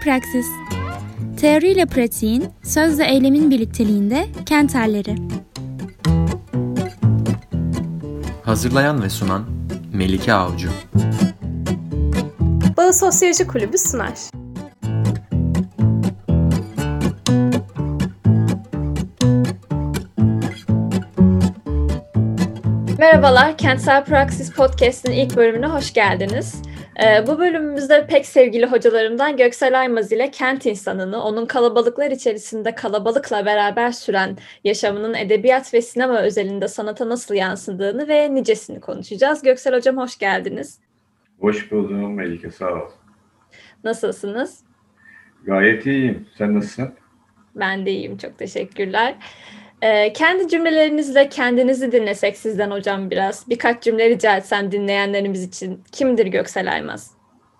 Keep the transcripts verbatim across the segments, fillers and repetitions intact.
Praksis. Teori ile pratiğin, sözle eylemin birlikteliğinde kent halleri. Hazırlayan ve sunan Melike Avcı. Bağı Sosyoloji Kulübü sunar. Merhabalar, Kentsel Praksis Podcast'in ilk bölümüne hoş geldiniz. Ee, bu bölümümüzde pek sevgili hocalarımdan Göksel Aymaz ile kent insanını, onun kalabalıklar içerisinde kalabalıkla beraber süren yaşamının edebiyat ve sinema özelinde sanata nasıl yansıdığını ve nicesini konuşacağız. Göksel Hocam hoş geldiniz. Hoş buldum Melike, sağ ol. Nasılsınız? Gayet iyiyim. Sen nasılsın? Ben de iyiyim, çok teşekkürler. Ee, kendi cümlelerinizle kendinizi dinlesek sizden hocam biraz. Birkaç cümle rica etsem dinleyenlerimiz için. Kimdir Göksel Aymaz?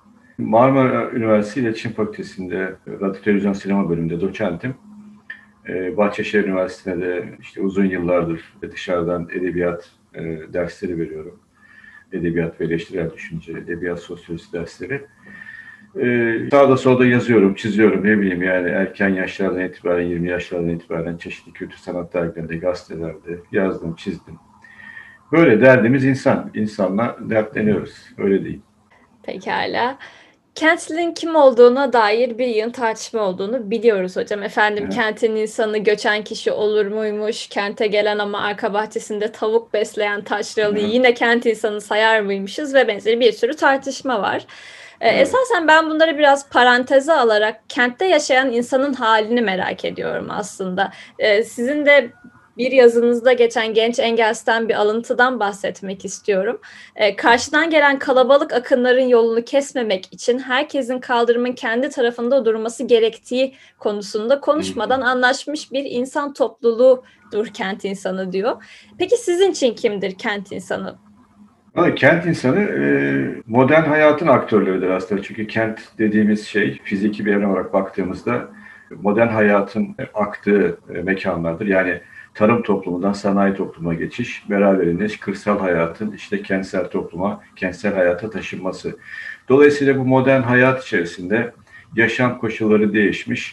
Marmara Üniversitesi İletişim Fakültesi'nde radyo televizyon sinema bölümünde doçentim. Ee, Bahçeşehir Üniversitesi'nde işte uzun yıllardır dışarıdan edebiyat e, dersleri veriyorum. Edebiyat ve eleştirel düşünce, edebiyat sosyolojisi dersleri. Ee, sağda solda yazıyorum, çiziyorum, ne bileyim yani erken yaşlardan itibaren, yirmi yaşlardan itibaren çeşitli kültür sanat dergilerinde, gazetelerde yazdım, çizdim. Böyle derdimiz insan, insanla dertleniyoruz, öyle değil. Pekala. Kentlinin kim olduğuna dair bir yığın tartışma olduğunu biliyoruz hocam. Efendim evet. Kentin insanı göçen kişi olur muymuş? Kente gelen ama arka bahçesinde tavuk besleyen taşralı evet. Yine kent insanı sayar mıymışız ve benzeri bir sürü tartışma var. Ee, evet. Esasen ben bunları biraz paranteze alarak kentte yaşayan insanın halini merak ediyorum aslında. Ee, sizin de bir yazınızda geçen Genç Engels'ten bir alıntıdan bahsetmek istiyorum. Ee, karşıdan gelen kalabalık akınların yolunu kesmemek için herkesin kaldırımın kendi tarafında durması gerektiği konusunda konuşmadan anlaşmış bir insan topluluğudur kent insanı diyor. Peki sizin için kimdir kent insanı? Kent insanı modern hayatın aktörleridir aslında. Çünkü kent dediğimiz şey fiziki bir evren olarak baktığımızda modern hayatın aktığı mekanlardır. Yani tarım toplumundan sanayi toplumuna geçiş, beraberinde kırsal hayatın işte kentsel topluma, kentsel hayata taşınması. Dolayısıyla bu modern hayat içerisinde yaşam koşulları değişmiş,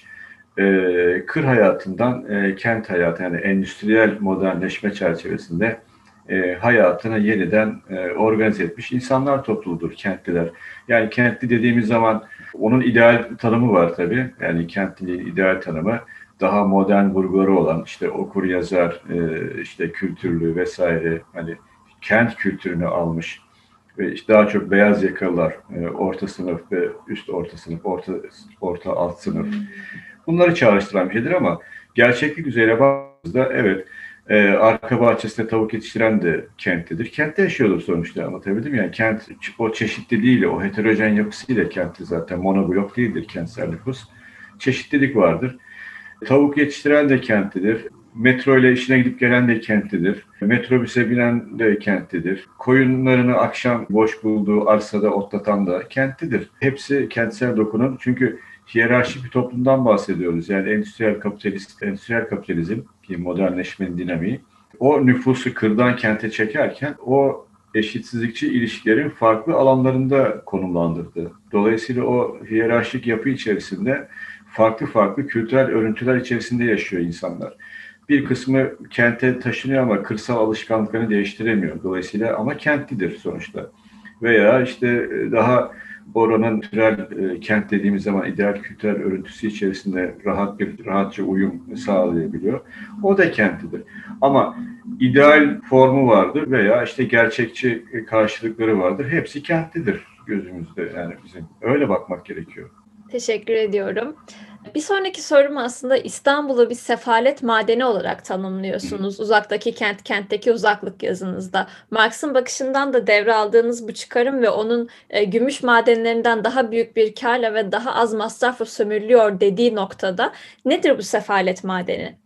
kır hayatından kent hayatı yani endüstriyel modernleşme çerçevesinde E, hayatını yeniden e, organize etmiş insanlar topluluğudur kentliler. Yani kentli dediğimiz zaman onun ideal tanımı var tabii. Yani kentliliğin ideal tanımı daha modern vurguları olan işte okur yazar, e, işte kültürlü vesaire hani kent kültürünü almış ve işte daha çok beyaz yakalılar, e, orta sınıf ve üst orta sınıf, orta orta alt sınıf bunları çağrıştıran bir şeydir ama gerçeklik üzerine baktığımızda evet. Ee, arka bahçesinde tavuk yetiştiren de kentlidir. Kentte yaşıyordur sonuçta, anlatabildim mi? Yani kent o çeşitliliğiyle, o heterojen yapısıyla kentli zaten. Monoblok değildir kentsel nüfus. Çeşitlilik vardır. Tavuk yetiştiren de kentlidir. Metro ile işine gidip gelen de kentlidir. Metrobüse binen de kentlidir. Koyunlarını akşam boş bulduğu arsada otlatan da kentlidir. Hepsi kentsel dokunun. Çünkü hiyerarşik bir toplumdan bahsediyoruz. Yani endüstriyel kapitalist, endüstriyel kapitalizm ki modernleşmenin dinamiği. O nüfusu kırdan kente çekerken o eşitsizlikçi ilişkilerin farklı alanlarında konumlandırdı. Dolayısıyla o hiyerarşik yapı içerisinde farklı farklı kültürel örüntüler içerisinde yaşıyor insanlar. Bir kısmı kente taşınıyor ama kırsal alışkanlıklarını değiştiremiyor. Dolayısıyla ama kentlidir sonuçta. Veya işte daha oranın kültürel e, kent dediğimiz zaman ideal kültürel örüntüsü içerisinde rahat bir rahatça uyum sağlayabiliyor. O da kentlidir. Ama ideal formu vardır veya işte gerçekçi karşılıkları vardır. Hepsi kentlidir gözümüzde. Yani bizim öyle bakmak gerekiyor. Teşekkür ediyorum. Bir sonraki sorum aslında İstanbul'u bir sefalet madeni olarak tanımlıyorsunuz. Uzaktaki kent, kentteki uzaklık yazınızda. Marx'ın bakışından da devraldığınız bu çıkarım ve onun e, gümüş madenlerinden daha büyük bir karla ve daha az masrafla sömürülüyor dediği noktada nedir bu sefalet madeni?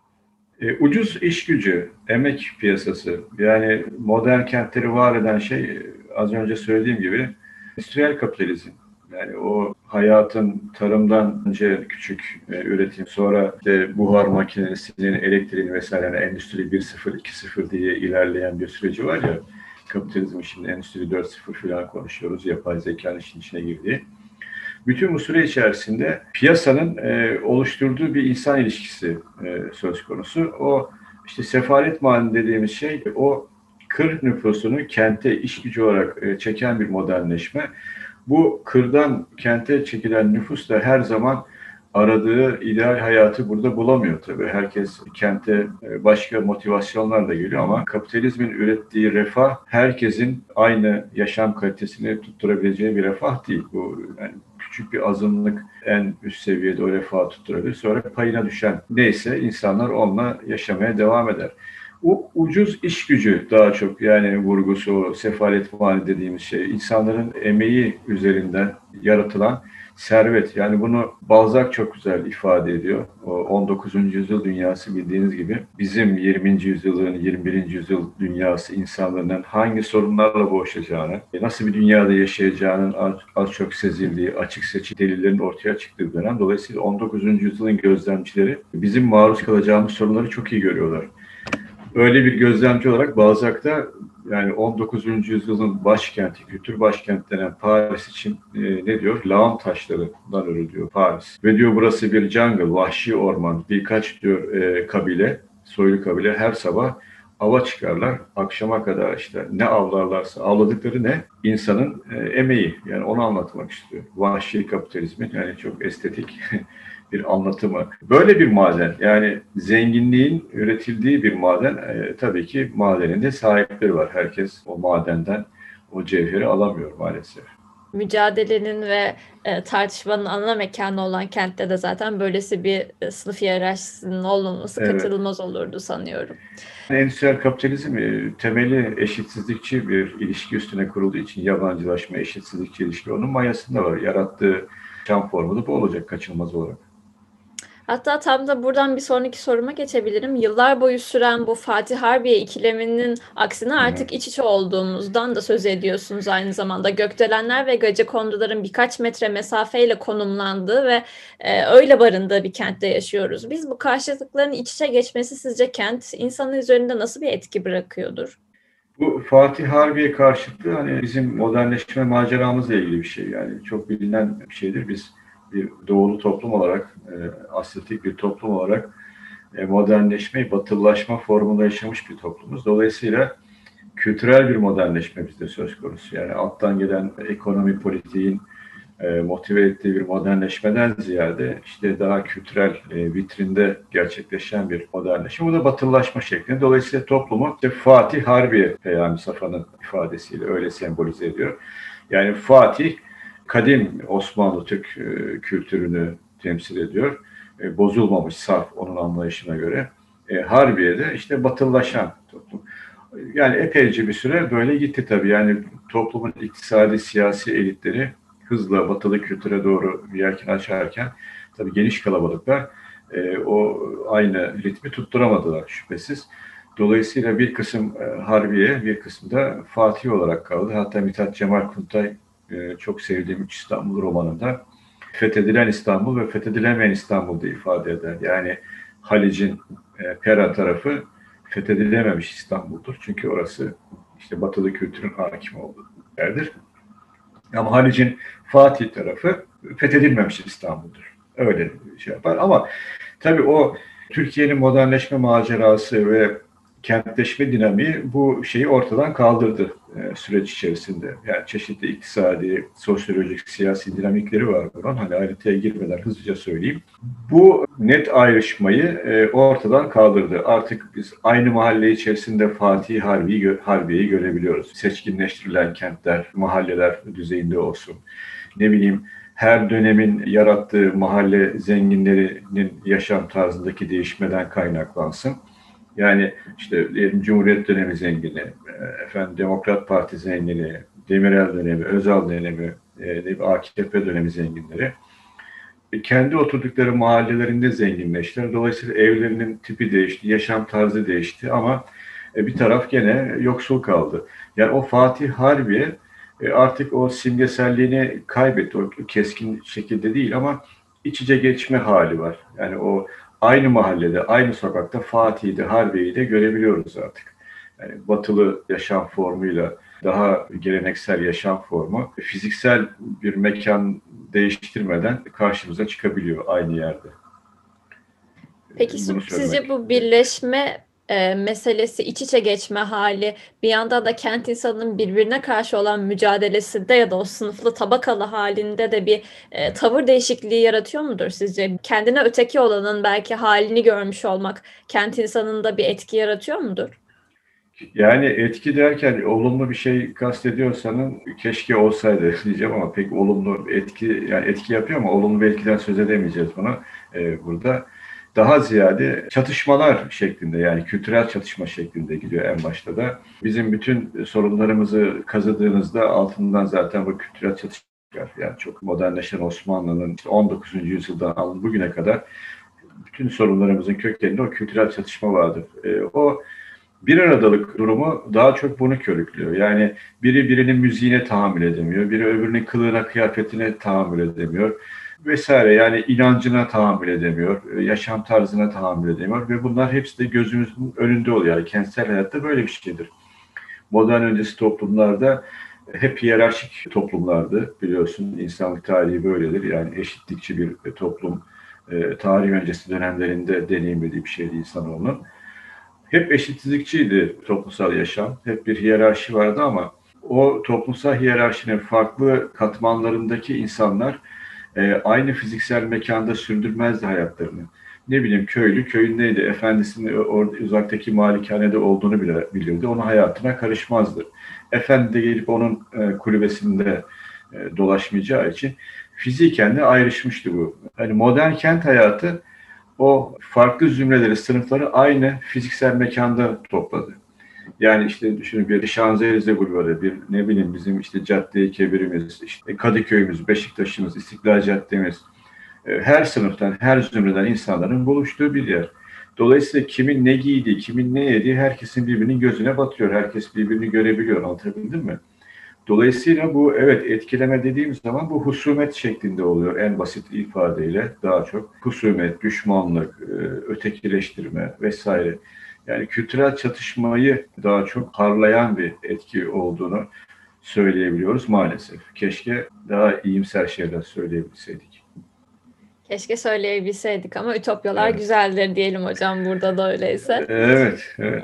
E, ucuz iş gücü, emek piyasası. Yani modern kentleri var eden şey az önce söylediğim gibi endüstriyel kapitalizm. Yani o hayatın tarımdan önce küçük e, üretim, sonra işte buhar makinesinin, elektriğin vesaire yani endüstri bir nokta sıfır, iki nokta sıfır diye ilerleyen bir süreci var ya, kapitalizm şimdi endüstri dört nokta sıfır falan konuşuyoruz, yapay zekanın işin içine girdiği. Bütün bu süre içerisinde piyasanın e, oluşturduğu bir insan ilişkisi e, söz konusu. O işte sefalet mahalli dediğimiz şey o kır nüfusunu kente iş gücü olarak e, çeken bir modernleşme. Bu kırdan kente çekilen nüfus da her zaman aradığı ideal hayatı burada bulamıyor tabii. Herkes kente başka motivasyonlarla geliyor ama kapitalizmin ürettiği refah herkesin aynı yaşam kalitesini tutturabileceği bir refah değil. Bu yani küçük bir azınlık en üst seviyede o refahı tutturabilir. Sonra payına düşen neyse insanlar onunla yaşamaya devam eder. O ucuz iş gücü daha çok yani vurgusu, o sefalet mali dediğimiz şey, insanların emeği üzerinden yaratılan servet. Yani bunu Balzac çok güzel ifade ediyor. O on dokuzuncu yüzyıl dünyası bildiğiniz gibi bizim yirminci yüzyılın, yirmi birinci yüzyıl dünyası insanların hangi sorunlarla boğuşacağını, nasıl bir dünyada yaşayacağının az, az çok sezildiği, açık seçik delillerin ortaya çıktığı dönem. Dolayısıyla on dokuzuncu yüzyılın gözlemcileri bizim maruz kalacağımız sorunları çok iyi görüyorlar. Öyle bir gözlemci olarak Balzac'ta yani on dokuzuncu yüzyılın başkenti, kültür başkenti denen Paris için e, ne diyor? Lağım taşlarından örülüyor Paris. Ve diyor burası bir jungle, vahşi orman. Birkaç diyor e, kabile, soylu kabile her sabah ava çıkarlar. Akşama kadar işte ne avlarlarsa, avladıkları ne? İnsanın e, emeği. Yani onu anlatmak istiyor. Vahşi kapitalizmin yani çok estetik bir anlatımı. Böyle bir maden yani zenginliğin üretildiği bir maden e, tabii ki madenin de sahipleri var. Herkes o madenden o cevheri alamıyor maalesef. Mücadelenin ve e, tartışmanın ana mekanı olan kentte de zaten böylesi bir e, sınıf hiyerarşisinin olmaması Evet. kaçınılmaz olurdu sanıyorum. Endüstriyel kapitalizm e, temeli eşitsizlikçi bir ilişki üstüne kurulduğu için yabancılaşma, eşitsizlikçi ilişki onun mayasında var. Yarattığı yaşam formu da bu olacak kaçınılmaz olarak. Hatta tam da buradan bir sonraki soruma geçebilirim. Yıllar boyu süren bu Fatih Harbiye ikileminin aksine artık iç içe olduğumuzdan da söz ediyorsunuz aynı zamanda. Gökdelenler ve gecekonduların birkaç metre mesafeyle konumlandığı ve e, öyle barındığı bir kentte yaşıyoruz. Biz bu karşıtlıkların iç içe geçmesi sizce kent insanın üzerinde nasıl bir etki bırakıyordur? Bu Fatih Harbiye karşıtlığı hani bizim modernleşme maceramızla ilgili bir şey yani çok bilinen bir şeydir. Biz bir doğulu toplum olarak, e, asyatik bir toplum olarak e, modernleşmeyi batılılaşma formunda yaşamış bir toplumuz. Dolayısıyla kültürel bir modernleşme bizde söz konusu. Yani alttan gelen ekonomi politiğin e, motive ettiği bir modernleşmeden ziyade işte daha kültürel e, vitrinde gerçekleşen bir modernleşme. Bu da batılılaşma şeklinde. Dolayısıyla toplumu işte Fatih Harbiye Peyami Safa'nın ifadesiyle öyle sembolize ediyor. Yani Fatih kadim Osmanlı Türk e, kültürünü temsil ediyor. E, bozulmamış, saf onun anlayışına göre. E, Harbiye'de işte batılılaşan toplum. Yani epeyce bir süre böyle gitti tabii. Yani toplumun iktisadi, siyasi elitleri hızla batılı kültüre doğru yelken açarken tabii geniş kalabalıklar e, o aynı ritmi tutturamadılar şüphesiz. Dolayısıyla bir kısım e, Harbiye, bir kısım da Fatih olarak kaldı. Hatta Mithat Cemal Kuntay e, çok sevdiğim Üç İstanbul romanında fethedilen İstanbul ve fethedilemeyen İstanbul diye ifade eder. Yani Halic'in e, Pera tarafı fethedilememiş İstanbul'dur. Çünkü orası işte batılı kültürün hakim olduğu yerdir. Ama Halic'in Fatih tarafı fethedilmemiş İstanbul'dur. Öyle şey yapar. Ama tabii o Türkiye'nin modernleşme macerası ve kentleşme dinamiği bu şeyi ortadan kaldırdı e, süreç içerisinde. Yani çeşitli iktisadi, sosyolojik, siyasi dinamikleri var bunun. Hani ayrıntıya girmeden hızlıca söyleyeyim. Bu net ayrışmayı e, ortadan kaldırdı. Artık biz aynı mahalle içerisinde Fatih Harbiye'yi, Harbiye'yi görebiliyoruz. Seçkinleştirilen kentler, mahalleler düzeyinde olsun. Ne bileyim, her dönemin yarattığı mahalle zenginlerinin yaşam tarzındaki değişmeden kaynaklansın. Yani işte diyelim Cumhuriyet dönemi zengini, efendim Demokrat Parti zengini, Demirel dönemi, Özal dönemi, A K P dönemi zenginleri kendi oturdukları mahallelerinde zenginleştiler. Dolayısıyla evlerinin tipi değişti, yaşam tarzı değişti ama bir taraf gene yoksul kaldı. Yani o Fatih Harbiye artık o simgeselliğini kaybetti. O keskin şekilde değil ama iç içe geçme hali var. Yani o aynı mahallede, aynı sokakta Fatih'i de Harbiye'yi de görebiliyoruz artık. Yani batılı yaşam formuyla daha geleneksel yaşam formu fiziksel bir mekan değiştirmeden karşımıza çıkabiliyor aynı yerde. Peki Bunu sizce bu söylemek birleşme e, meselesi, iç içe geçme hali bir yandan da kent insanının birbirine karşı olan mücadelesinde ya da o sınıflı tabakalı halinde de bir e, tavır değişikliği yaratıyor mudur sizce? Kendine öteki olanın belki halini görmüş olmak kent insanında bir etki yaratıyor mudur? Yani etki derken olumlu bir şey kastediyorsanız keşke olsaydı diyeceğim ama pek olumlu etki yani etki yapıyor ama olumlu bir etkiden söz edemeyeceğiz bunu e, burada. Daha ziyade çatışmalar şeklinde yani kültürel çatışma şeklinde gidiyor en başta da. Bizim bütün sorunlarımızı kazıdığınızda altından zaten bu kültürel çatışma çıkar. Yani çok modernleşen Osmanlı'nın işte on dokuzuncu yüzyıldan alın bugüne kadar bütün sorunlarımızın kökeninde o kültürel çatışma vardır. E, o bir aradalık durumu daha çok bunu körüklüyor. Yani biri birinin müziğine tahammül edemiyor, biri öbürünün kılığına, kıyafetine tahammül edemiyor vesaire. Yani inancına tahammül edemiyor, yaşam tarzına tahammül edemiyor ve bunlar hepsi de gözümüzün önünde oluyor. Yani kentsel hayatta böyle bir şeydir. Modern öncesi toplumlarda hep hiyerarşik toplumlardı biliyorsun. İnsanlık tarihi böyledir. Yani eşitlikçi bir toplum, tarih öncesi dönemlerinde deneyimlediği bir şeydi insanoğlunun. Hep eşitsizlikçiydi toplumsal yaşam. Hep bir hiyerarşi vardı ama o toplumsal hiyerarşinin farklı katmanlarındaki insanlar e, aynı fiziksel mekanda sürdürmezdi hayatlarını. Ne bileyim köylü köyündeydi. Efendisinin orada uzaktaki malikanede olduğunu bile bilirdi. Onun hayatına karışmazdı. Efendi de gelip onun e, kulübesinde e, dolaşmayacağı için fiziken de ayrışmıştı bu. Hani modern kent hayatı o farklı zümreleri, sınıfları aynı fiziksel mekanda topladı. Yani işte düşünün bir Şanzelize Bulvarı, bir ne bileyim bizim işte Cadde-i Kebirimiz, işte Kadıköy'ümüz, Beşiktaş'ımız, İstiklal Caddemiz, her sınıftan, her zümreden insanların buluştuğu bir yer. Dolayısıyla kimin ne giydiği, kimin ne yediği herkesin birbirinin gözüne batıyor. Herkes birbirini görebiliyor. Anlatabildim mi? Dolayısıyla bu evet etkileme dediğim zaman bu husumet şeklinde oluyor en basit ifadeyle daha çok. Husumet, düşmanlık, ötekileştirme vesaire. Yani kültürel çatışmayı daha çok parlayan bir etki olduğunu söyleyebiliyoruz maalesef. Keşke daha iyimser şeyler söyleyebilseydik. Keşke söyleyebilseydik ama ütopyalar Evet. güzeldir diyelim hocam burada da öyleyse. Evet, evet.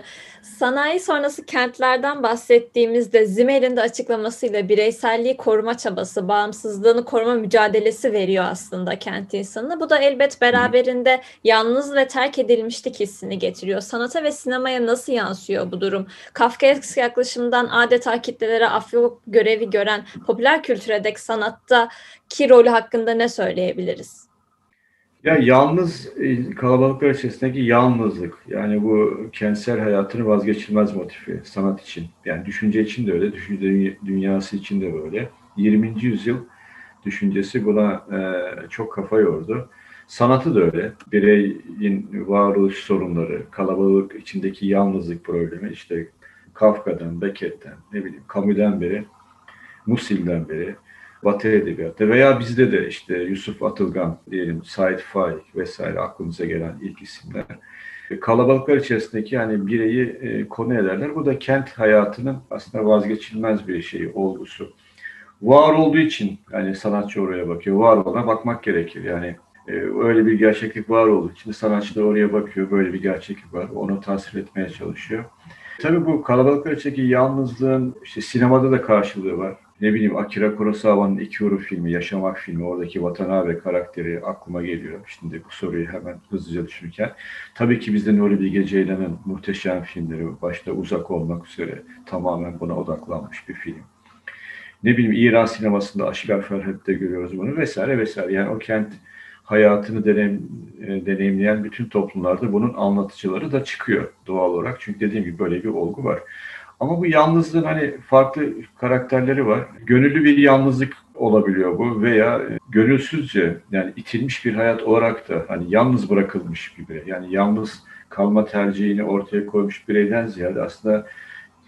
Sanayi sonrası kentlerden bahsettiğimizde Zimmer'in de açıklamasıyla bireyselliği koruma çabası, bağımsızlığını koruma mücadelesi veriyor aslında kent insanına. Bu da elbet beraberinde yalnız ve terk edilmişlik hissini getiriyor. Sanata ve sinemaya nasıl yansıyor bu durum? Kafkaesk yaklaşımdan adeta kitlelere afyoluk görevi gören popüler kültüre dek sanattaki rolü hakkında ne söyleyebiliriz? Ya yalnız kalabalıklar içerisindeki yalnızlık yani bu kentsel hayatın vazgeçilmez motifi sanat için. Yani düşünce için de öyle, düşünce dünyası için de böyle. yirminci yüzyıl düşüncesi buna e, çok kafa yordu. Sanatı da öyle. Bireyin varoluş sorunları, kalabalık içindeki yalnızlık problemi işte Kafka'dan, Beckett'ten, ne bileyim Camus'den beri, Musil'den beri Batı Edebiyatı'da veya bizde de işte Yusuf Atılgan diyelim, Sait Faik vesaire aklımıza gelen ilk isimler. Kalabalıklar içerisindeki yani bireyi e, konu ederler. Bu da kent hayatının aslında vazgeçilmez bir şeyi, olgusu. Var olduğu için yani sanatçı oraya bakıyor. Var olana bakmak gerekir. Yani e, öyle bir gerçeklik var olduğu için sanatçı da oraya bakıyor. Böyle bir gerçeklik var. Onu tasvir etmeye çalışıyor. Tabii bu kalabalıklar içindeki yalnızlığın işte sinemada da karşılığı var. Ne bileyim Akira Kurosawa'nın Ikiru filmi, Yaşamak filmi, oradaki Watanabe karakteri aklıma geliyor. Şimdi bu soruyu hemen hızlıca düşünürken. Tabii ki bizde Nuri Bilge Ceylan'ın muhteşem filmleri, başta Uzak olmak üzere tamamen buna odaklanmış bir film. Ne bileyim İran sinemasında Aşigar Ferhat'te görüyoruz bunu vesaire vesaire. Yani o kent hayatını deneyim, deneyimleyen bütün toplumlarda bunun anlatıcıları da çıkıyor doğal olarak. Çünkü dediğim gibi böyle bir olgu var. Ama bu yalnızlığın hani farklı karakterleri var. Gönüllü bir yalnızlık olabiliyor bu veya gönülsüzce yani itilmiş bir hayat olarak da hani yalnız bırakılmış bir birey. Yani yalnız kalma tercihini ortaya koymuş bireyden ziyade aslında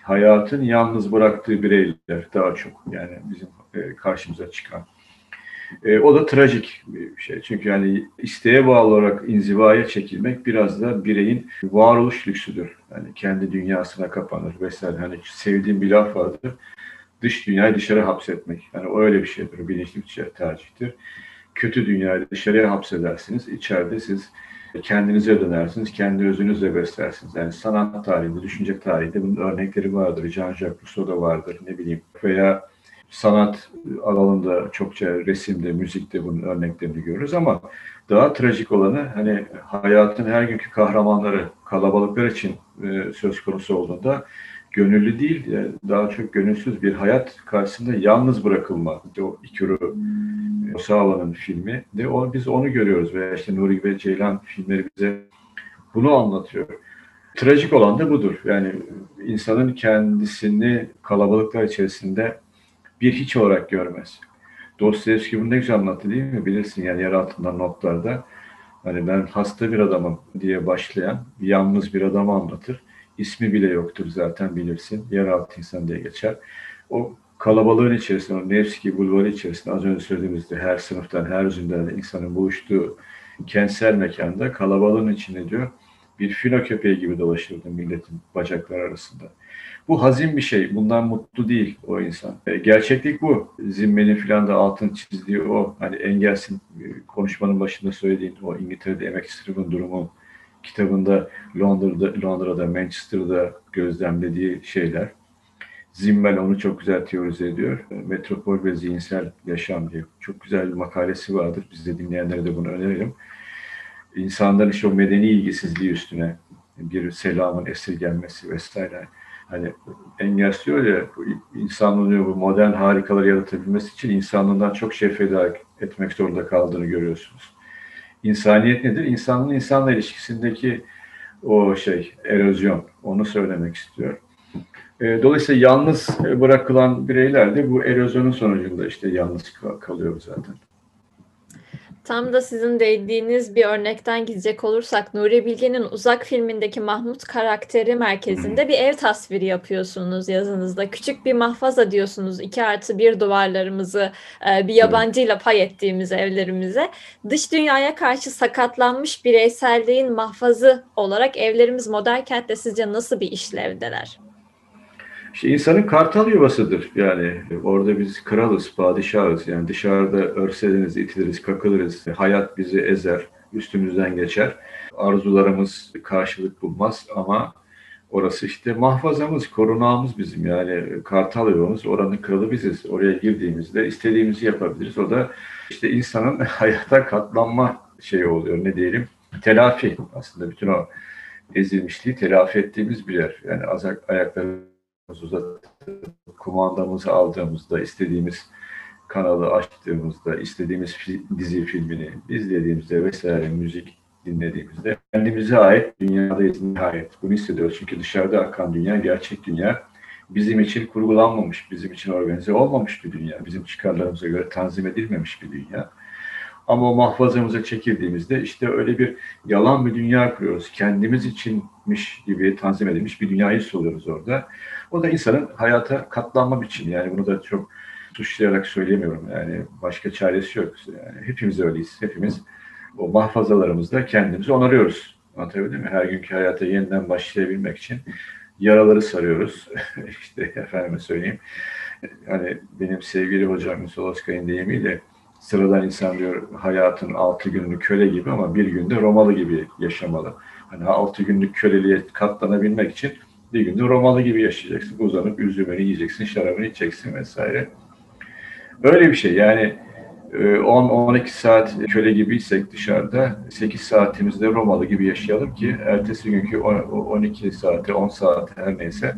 hayatın yalnız bıraktığı bireyler daha çok yani bizim karşımıza çıkan. E, o da trajik bir şey. Çünkü yani isteğe bağlı olarak inzivaya çekilmek biraz da bireyin varoluş lüksüdür. Yani kendi dünyasına kapanır vesaire. Hani sevdiğim bir laf vardır. Dış dünyayı dışarı hapsetmek. Yani o öyle bir şeydir. Bilinçli bir tercihtir. Kötü dünyayı dışarıya hapsedersiniz. İçeride siz kendinize dönersiniz. Kendi özünüzle beslersiniz. Yani sanat tarihinde, düşünce tarihinde bunun örnekleri vardır. Jean-Jacques Rousseau'da vardır. Ne bileyim. Veya sanat alanında çokça resimde, müzikte bunun örneklerini görürüz ama daha trajik olanı hani hayatın her günkü kahramanları, kalabalıklar için e, söz konusu olduğunda gönüllü değil, daha çok gönülsüz bir hayat karşısında yalnız bırakılma. O Ikuru Kurosawa'nın filmi de o, biz onu görüyoruz veya işte Nuri ve Ceylan filmleri bize bunu anlatıyor. Trajik olan da budur. Yani insanın kendisini kalabalıklar içerisinde bir hiç olarak görmez. Dostoyevski bunu ne güzel anlattı değil mi? Bilirsin yani yer altından notlarda. Hani ben hasta bir adamım diye başlayan yalnız bir adamı anlatır. İsmi bile yoktur zaten bilirsin. Yeraltı insan diye geçer. O kalabalığın içerisinde, o Nevski bulvarı içerisinde az önce söylediğimizde her sınıftan, her yüzünden insanın buluştuğu kentsel mekanda kalabalığın içinde diyor bir fino köpeği gibi dolaşırdı milletin bacakları arasında. Bu hazin bir şey. Bundan mutlu değil o insan. E, gerçeklik bu. Zimme'nin filan da altını çizdiği o. Hani Engels'in e, konuşmanın başında söylediğin o İngiltere'de emek sınıfının durumu kitabında Londra'da, Londra'da, Manchester'da gözlemlediği şeyler. Zimmel onu çok güzel teorize ediyor. Metropol ve zihinsel yaşam diye çok güzel bir makalesi vardır. Biz de dinleyenlere de bunu önerelim. İnsanların işte o medeni ilgisizliği üstüne bir selamın esirgenmesi vesaire. Hani Engels diyor ya, insanlığın bu modern harikaları yaratabilmesi için insanlığından çok şey feda etmek zorunda kaldığını görüyorsunuz. İnsaniyet nedir? İnsanlığın insanla ilişkisindeki o şey, erozyon. Onu söylemek istiyor. Dolayısıyla yalnız bırakılan bireyler de bu erozyonun sonucunda işte yalnız kalıyor zaten. Tam da sizin değindiğiniz bir örnekten gidecek olursak Nuri Bilge'nin Uzak filmindeki Mahmut karakteri merkezinde bir ev tasviri yapıyorsunuz yazınızda. Küçük bir mahfaza diyorsunuz. iki artı bir duvarlarımızı bir yabancıyla pay ettiğimiz evlerimize. Dış dünyaya karşı sakatlanmış bireyselliğin mahfazı olarak evlerimiz modern kentte sizce nasıl bir işlevdeler? İşte insanın kartal yuvasıdır. Yani orada biz kralız, padişahız. Yani dışarıda örseleniz, itiliriz, kakılırız. Hayat bizi ezer, üstümüzden geçer. Arzularımız karşılık bulmaz ama orası işte mahfazamız, korunağımız bizim. Yani kartal yuvamız, oranın kralı biziz. Oraya girdiğimizde istediğimizi yapabiliriz. O da işte insanın hayata katlanma şeyi oluyor. Ne diyelim? Telafi. Aslında bütün o ezilmişliği telafi ettiğimiz bir yer. Yani azak ayakları uzatıp kumandamızı aldığımızda, istediğimiz kanalı açtığımızda, istediğimiz dizi filmini izlediğimizde vesaire müzik dinlediğimizde kendimize ait dünyadayız nihayet. Bunu hissediyoruz çünkü dışarıda akan dünya gerçek dünya. Bizim için kurgulanmamış, bizim için organize olmamış bir dünya. Bizim çıkarlarımıza göre tanzim edilmemiş bir dünya. Ama o mahfazamıza çekildiğimizde işte öyle bir yalan bir dünya kuruyoruz. Kendimiz içinmiş gibi tanzim edilmiş bir dünyayı soluyoruz orada. O da insanın hayata katlanma biçimi. Yani bunu da çok suçlayarak söylemiyorum. Yani başka çaresi yok. Yani hepimiz öyleyiz. Hepimiz o mahfazalarımızda kendimizi onarıyoruz. Anlatabildim mi? Her günkü hayata yeniden başlayabilmek için yaraları sarıyoruz. İşte efendime söyleyeyim. Hani benim sevgili hocam Müsolowskay'ın deyimiyle sıradan insan diyor hayatın altı günlük köle gibi ama bir günde Romalı gibi yaşamalı. Hani altı günlük köleliğe katlanabilmek için bir günde Romalı gibi yaşayacaksın. Uzanıp üzümünü yiyeceksin, şarabını içeceksin vesaire. Böyle bir şey yani on on iki saat köle gibiysek dışarıda sekiz saatimizde Romalı gibi yaşayalım ki ertesi günkü on iki saate on saat her neyse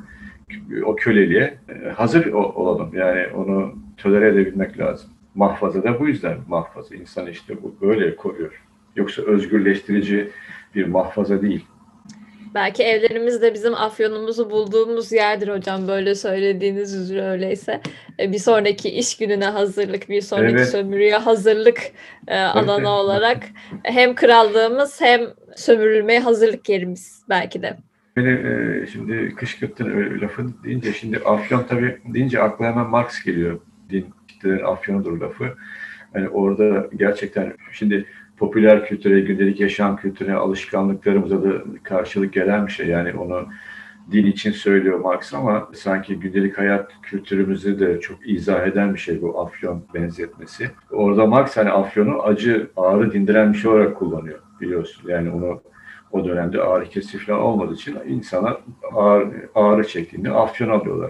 o köleliğe hazır olalım. Yani onu tolere edebilmek lazım. Mahfaza da bu yüzden mahfaza. İnsan işte bu böyle koruyor. Yoksa özgürleştirici bir mahfaza değil. Belki evlerimiz de bizim afyonumuzu bulduğumuz yerdir hocam. Böyle söylediğiniz üzere öyleyse. Bir sonraki iş gününe hazırlık, bir sonraki evet. sömürüye hazırlık e, alanı evet. olarak hem krallığımız hem sömürülmeye hazırlık yerimiz belki de. Beni e, şimdi kışkırttın öyle lafı deyince şimdi afyon tabii deyince akla hemen Marx geliyor. Din kitlerin afyonudur lafı. Hani orada gerçekten şimdi popüler kültüre, gündelik yaşam kültürüne, alışkanlıklarımıza da karşılık gelen bir şey. Yani onu din için söylüyor Marx ama sanki gündelik hayat kültürümüzü de çok izah eden bir şey bu afyon benzetmesi. Orada Marx hani afyonu acı, ağrı dindiren bir şey olarak kullanıyor biliyorsun. Yani onu o dönemde ağrı kesici falan olmadığı için insanlar ağrı, ağrı çektiğinde afyon alıyorlar.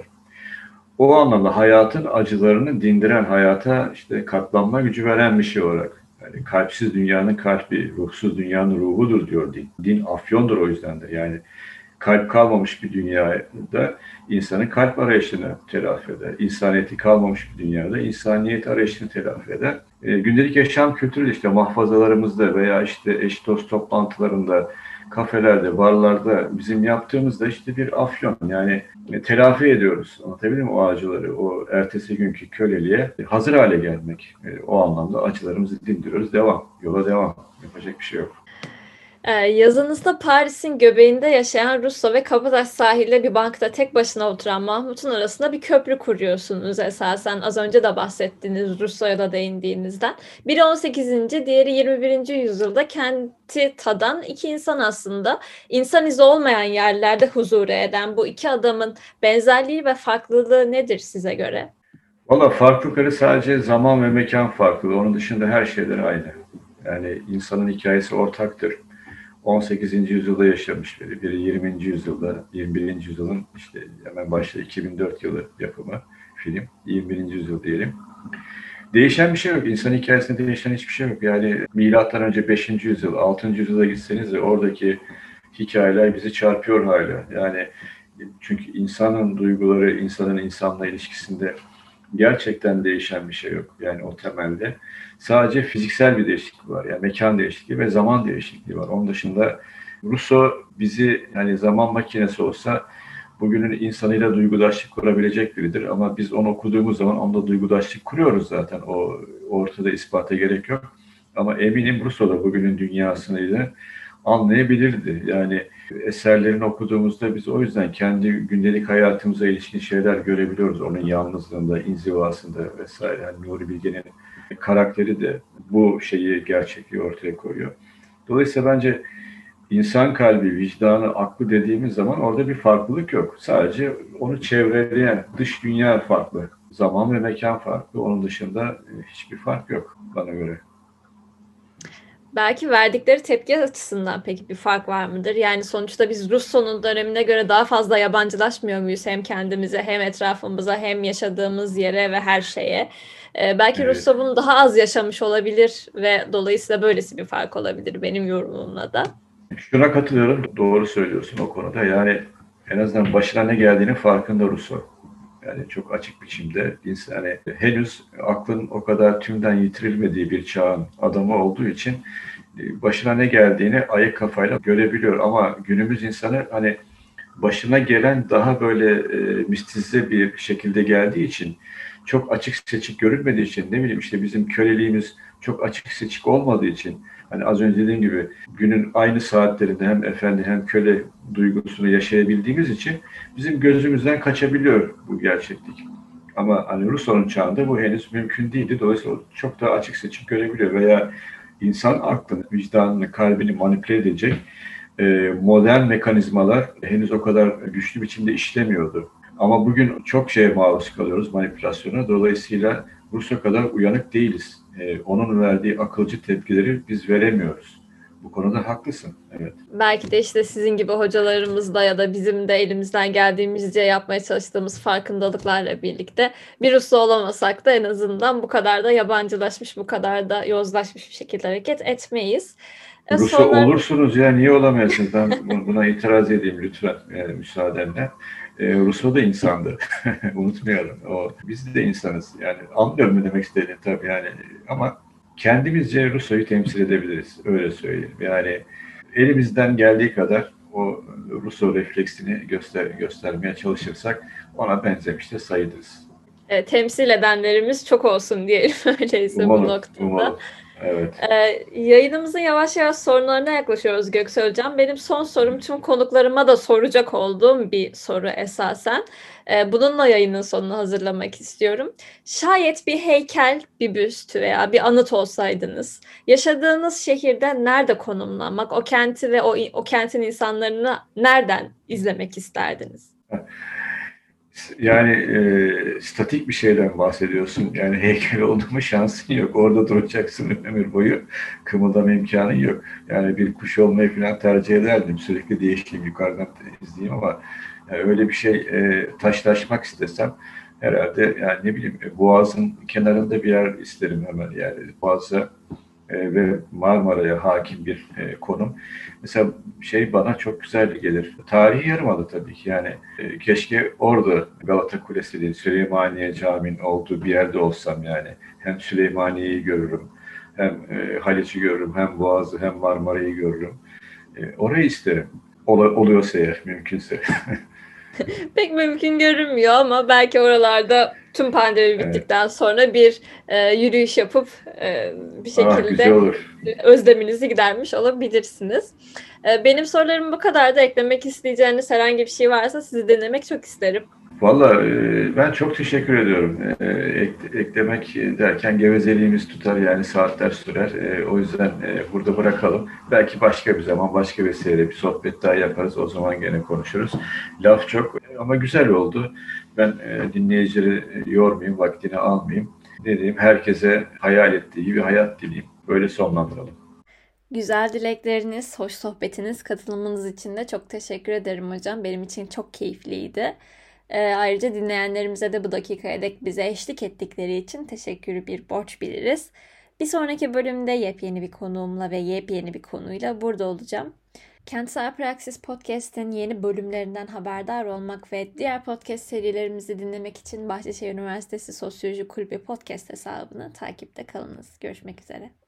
O anlamda hayatın acılarını dindiren, hayata işte katlanma gücü veren bir şey olarak. Yani kalpsiz dünyanın kalbi, ruhsuz dünyanın ruhudur diyor din. Din afyondur o yüzdendir. Yani kalp kalmamış bir dünyada insanın kalp arayışını telafi eder. İnsaniyeti kalmamış bir dünyada insaniyet arayışını telafi eder. E, gündelik yaşam kültürü işte mahfazalarımızda veya işte eş dost toplantılarında, kafelerde, barlarda bizim yaptığımızda işte bir afyon yani e, telafi ediyoruz. Anlatabildim mi o acıları, o ertesi günkü köleliğe hazır hale gelmek. E, o anlamda acılarımızı dindiriyoruz. Devam, yola devam. Yapacak bir şey yok. Ee, yazınızda Paris'in göbeğinde yaşayan Russo ve Kabataş sahilde bir bankta tek başına oturan Mahmut'un arasında bir köprü kuruyorsunuz esasen. Az önce de bahsettiğiniz Russo'ya da değindiğinizden. Biri on sekizinci diğeri yirmi birinci yüzyılda kenti tadan iki insan aslında. İnsan izi olmayan yerlerde huzur eden bu iki adamın benzerliği ve farklılığı nedir size göre? Valla farklılıkları sadece zaman ve mekan farklı. Onun dışında her şeyler aynı. Yani insanın hikayesi ortaktır. on sekizinci yüzyılda yaşamış biri, biri yirminci yüzyılda, yirmi birinci yüzyılın işte hemen başta iki bin dört yılı yapımı film, yirmi birinci yüzyıl diyelim. Değişen bir şey yok. İnsan hikayesinde değişen hiçbir şey yok. Yani milattan önce beşinci yüzyıl, altıncı yüzyıla gitseniz de oradaki hikayeler bizi çarpıyor hala. Yani çünkü insanın duyguları, insanın insanla ilişkisinde gerçekten değişen bir şey yok. Yani o temelde sadece fiziksel bir değişiklik var. Yani mekan değişikliği ve zaman değişikliği var. Onun dışında Rousseau bizi yani zaman makinesi olsa bugünün insanıyla duygudaşlık kurabilecek biridir. Ama biz onu okuduğumuz zaman onda duygudaşlık kuruyoruz zaten. O ortada ispata gerek yok. Ama eminim Rousseau da bugünün dünyasıyla anlayabilirdi. Yani eserlerini okuduğumuzda biz o yüzden kendi gündelik hayatımıza ilişkin şeyler görebiliyoruz. Onun yalnızlığında, inzivasında vesaire. Yani Nuri Bilge'nin karakteri de bu şeyi, gerçekliği ortaya koyuyor. Dolayısıyla bence insan kalbi, vicdanı, aklı dediğimiz zaman orada bir farklılık yok. Sadece onu çevreleyen dış dünya farklı. Zaman ve mekan farklı. Onun dışında hiçbir fark yok bana göre. Belki verdikleri tepki açısından peki bir fark var mıdır? Yani sonuçta biz Rousseau'nun dönemine göre daha fazla yabancılaşmıyor muyuz? Hem kendimize hem etrafımıza hem yaşadığımız yere ve her şeye. Ee, belki evet. Rousseau bunu daha az yaşamış olabilir ve dolayısıyla böylesi bir fark olabilir benim yorumumla da. Şuna katılıyorum. Doğru söylüyorsun o konuda. Yani en azından başına ne geldiğinin farkında Rousseau. Yani çok açık biçimde insan hani henüz aklın o kadar tümden yitirilmediği bir çağın adamı olduğu için başına ne geldiğini ayık kafayla görebiliyor. Ama günümüz insanı hani başına gelen daha böyle e, mistize bir şekilde geldiği için çok açık seçik görünmediği için ne bileyim işte bizim köleliğimiz çok açık seçik olmadığı için hani az önce dediğim gibi günün aynı saatlerinde hem efendi hem köle duygusunu yaşayabildiğimiz için bizim gözümüzden kaçabiliyor bu gerçeklik. Ama hani Rousseau'nun çağında bu henüz mümkün değildi. Dolayısıyla çok daha açık seçik görebiliyor veya insan aklını, vicdanını, kalbini manipüle edecek modern mekanizmalar henüz o kadar güçlü biçimde işlemiyordu. Ama bugün çok şeye maruz kalıyoruz, manipülasyona. Dolayısıyla Rousseau kadar uyanık değiliz. Ee, onun verdiği akılcı tepkileri biz veremiyoruz. Bu konuda haklısın. Evet. Belki de işte sizin gibi hocalarımızla ya da bizim de elimizden geldiğimizce yapmaya çalıştığımız farkındalıklarla birlikte bir Rousseau olamasak da en azından bu kadar da yabancılaşmış, bu kadar da yozlaşmış bir şekilde hareket etmeyiz. Rousseau Sonra... olursunuz ya, niye olamıyorsunuz? Ben buna itiraz edeyim lütfen yani, müsaadenle. E, Rousseau da insandı. Unutmayalım. O, biz de insanız. Yani anlıyorum ne demek istediğini tabii yani. Ama kendimizce Rousseau'yu temsil edebiliriz. Öyle söyleyeyim. Yani elimizden geldiği kadar o Rousseau refleksini göster göstermeye çalışırsak ona benzemiş de sayılırız. E, temsil edenlerimiz çok olsun diyelim öyleyse umalım, bu noktada. Umalım. Evet. Ee, yayınımızın yavaş yavaş sonlarına yaklaşıyoruz Göksel Hocam. Benim son sorum tüm konuklarıma da soracak olduğum bir soru esasen. Ee, bununla yayının sonunu hazırlamak istiyorum. Şayet bir heykel, bir büst veya bir anıt olsaydınız, yaşadığınız şehirde nerede konumlanmak, o kenti ve o, o kentin insanlarını nereden izlemek isterdiniz? Yani e, statik bir şeyden bahsediyorsun. Yani heykel olduğuma şansın yok. Orada duracaksın ömür boyu. Kımıldama imkanın yok. Yani bir kuş olmayı falan tercih ederdim. Sürekli değişeyim, yukarıdan izleyeyim ama yani öyle bir şey e, taşlaşmak istesem herhalde yani ne bileyim Boğaz'ın kenarında bir yer isterim hemen yani. Boğaz'a e, ve Marmara'ya hakim bir e, konum. Mesela şey bana çok güzel gelir. Tarihi Yarımada tabii ki yani e, keşke orada Galata Kulesi değil Süleymaniye Camii'nin olduğu bir yerde olsam yani. Hem Süleymaniye'yi görürüm, hem e, Haliç'i görürüm, hem Boğaz'ı hem Marmara'yı görürüm. E, orayı isterim. Ol- oluyorsa eğer mümkünse. Pek mümkün görünmüyor ama belki oralarda tüm pandemi bittikten evet. sonra bir e, yürüyüş yapıp e, bir şekilde ah, özleminizi gidermiş olabilirsiniz. E, benim sorularım bu kadar da eklemek isteyeceğiniz herhangi bir şey varsa sizi dinlemek çok isterim. Valla ben çok teşekkür ediyorum. Eklemek derken gevezeliğimiz tutar yani saatler sürer. O yüzden burada bırakalım. Belki başka bir zaman başka vesileyle bir sohbet daha yaparız. O zaman gene konuşuruz. Laf çok ama güzel oldu. Ben dinleyicileri yormayayım, vaktini almayayım. Ne diyeyim, herkese hayal ettiği gibi hayat dileyim. Böyle sonlandıralım. Güzel dilekleriniz, hoş sohbetiniz, katılımınız için de çok teşekkür ederim hocam. Benim için çok keyifliydi. Ee, ayrıca dinleyenlerimize de bu dakikaya dek bize eşlik ettikleri için teşekkürü bir borç biliriz. Bir sonraki bölümde yepyeni bir konuğumla ve yepyeni bir konuyla burada olacağım. Kentsel Praxis Podcast'in yeni bölümlerinden haberdar olmak ve diğer podcast serilerimizi dinlemek için Bahçeşehir Üniversitesi Sosyoloji Kulübü podcast hesabını takipte kalınız. Görüşmek üzere.